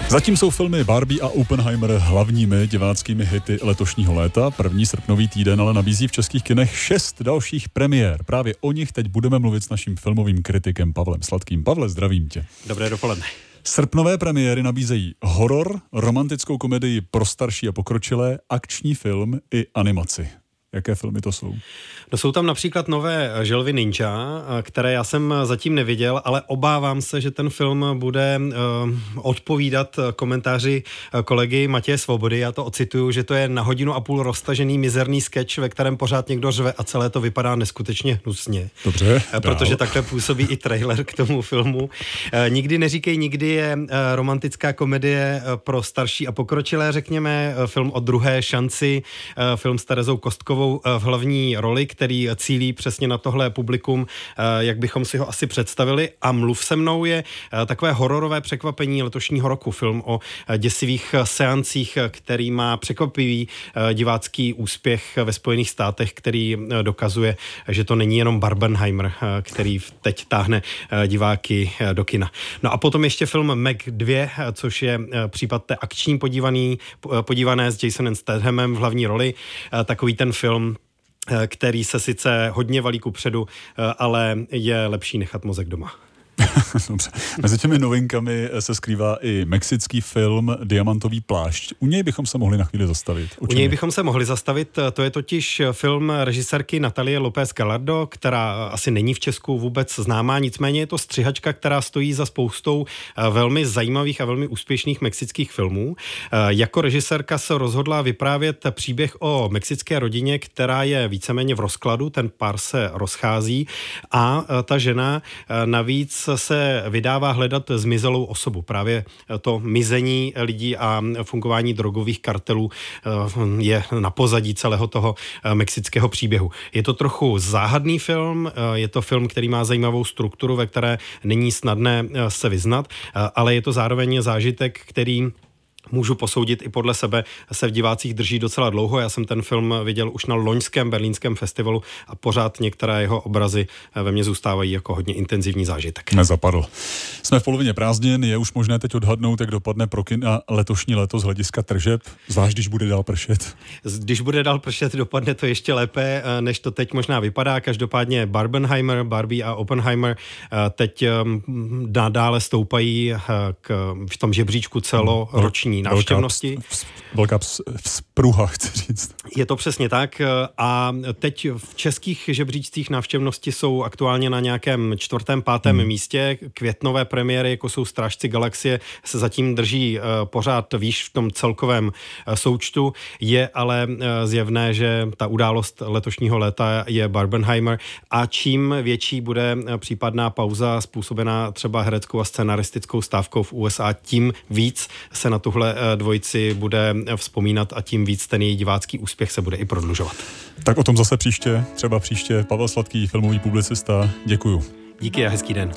Zatím jsou filmy Barbie a Oppenheimer hlavními diváckými hity letošního léta. První srpnový týden ale nabízí v českých kinech 6 dalších premiér. Právě o nich teď budeme mluvit s naším filmovým kritikem Pavlem Sladkým. Pavle, zdravím tě. Dobré dopoledne. Srpnové premiéry nabízejí horor, romantickou komedii pro starší a pokročilé, akční film i animaci. Jaké filmy to jsou? No, jsou tam například nové Želvy ninja, které já jsem zatím neviděl, ale obávám se, že ten film bude odpovídat komentáři kolegy Matěje Svobody. Já to ocituju, že to je na 1,5 hodiny roztažený mizerný sketch, ve kterém pořád někdo řve a celé to vypadá neskutečně hnusně. Dobře. Protože takhle působí i trailer k tomu filmu. Nikdy neříkej nikdy je romantická komedie pro starší a pokročilé, řekněme. Film o druhé šanci, film s Terezou Kostkovou v hlavní roli, který cílí přesně na tohle publikum, jak bychom si ho asi představili. A Mluv se mnou je takové hororové překvapení letošního roku. Film o děsivých seancích, který má překvapivý divácký úspěch ve Spojených státech, který dokazuje, že to není jenom Barbenheimer, který teď táhne diváky do kina. No a potom ještě film Meg 2, což je případ té akční podívané s Jasonem Stathamem v hlavní roli. Takový ten film, který se sice hodně valí kupředu, ale je lepší nechat mozek doma. Dobře. Mezi těmi novinkami se skrývá i mexický film Diamantový plášť. U něj bychom se mohli na chvíli zastavit. U něj bychom se mohli zastavit. To je totiž film režisérky Natalie López Gallardo, která asi není v Česku vůbec známá, nicméně je to střihačka, která stojí za spoustou velmi zajímavých a velmi úspěšných mexických filmů. Jako režisérka se rozhodla vyprávět příběh o mexické rodině, která je víceméně v rozkladu, ten pár se rozchází a ta žena navíc se vydává hledat zmizelou osobu. Právě to mizení lidí a fungování drogových kartelů je na pozadí celého toho mexického příběhu. Je to trochu záhadný film, je to film, který má zajímavou strukturu, ve které není snadné se vyznat, ale je to zároveň zážitek, který můžu posoudit i podle sebe, se v divácích drží docela dlouho. Já jsem ten film viděl už na loňském berlínském festivalu a pořád některé jeho obrazy ve mně zůstávají jako hodně intenzivní zážitek. Nezapadl. Jsme v polovině prázdnin, je už možné teď odhadnout, jak dopadne pro kina letošní léto z hlediska tržeb, zvlášť když bude dál pršet. Když bude dál pršet, dopadne to ještě lépe, než to teď možná vypadá. Každopádně Barbenheimer, Barbie a Oppenheimer teď nadále stoupají v tom žebříčku celoroční návštěvnosti. Velká vzpruha, chci říct. Je to přesně tak a teď v českých žebříčcích návštěvnosti jsou aktuálně na nějakém 4., 5. místě. Květnové premiéry, jako jsou Strážci galaxie, se zatím drží pořád výš v tom celkovém součtu. Je ale zjevné, že ta událost letošního léta je Barbenheimer a čím větší bude případná pauza způsobená třeba hereckou a scenaristickou stávkou v USA, tím víc se na tuhle dvojici bude vzpomínat a tím víc ten její divácký úspěch se bude i prodlužovat. Tak o tom zase příště, třeba příště. Pavel Sladký, filmový publicista. Děkuju. Díky a hezký den.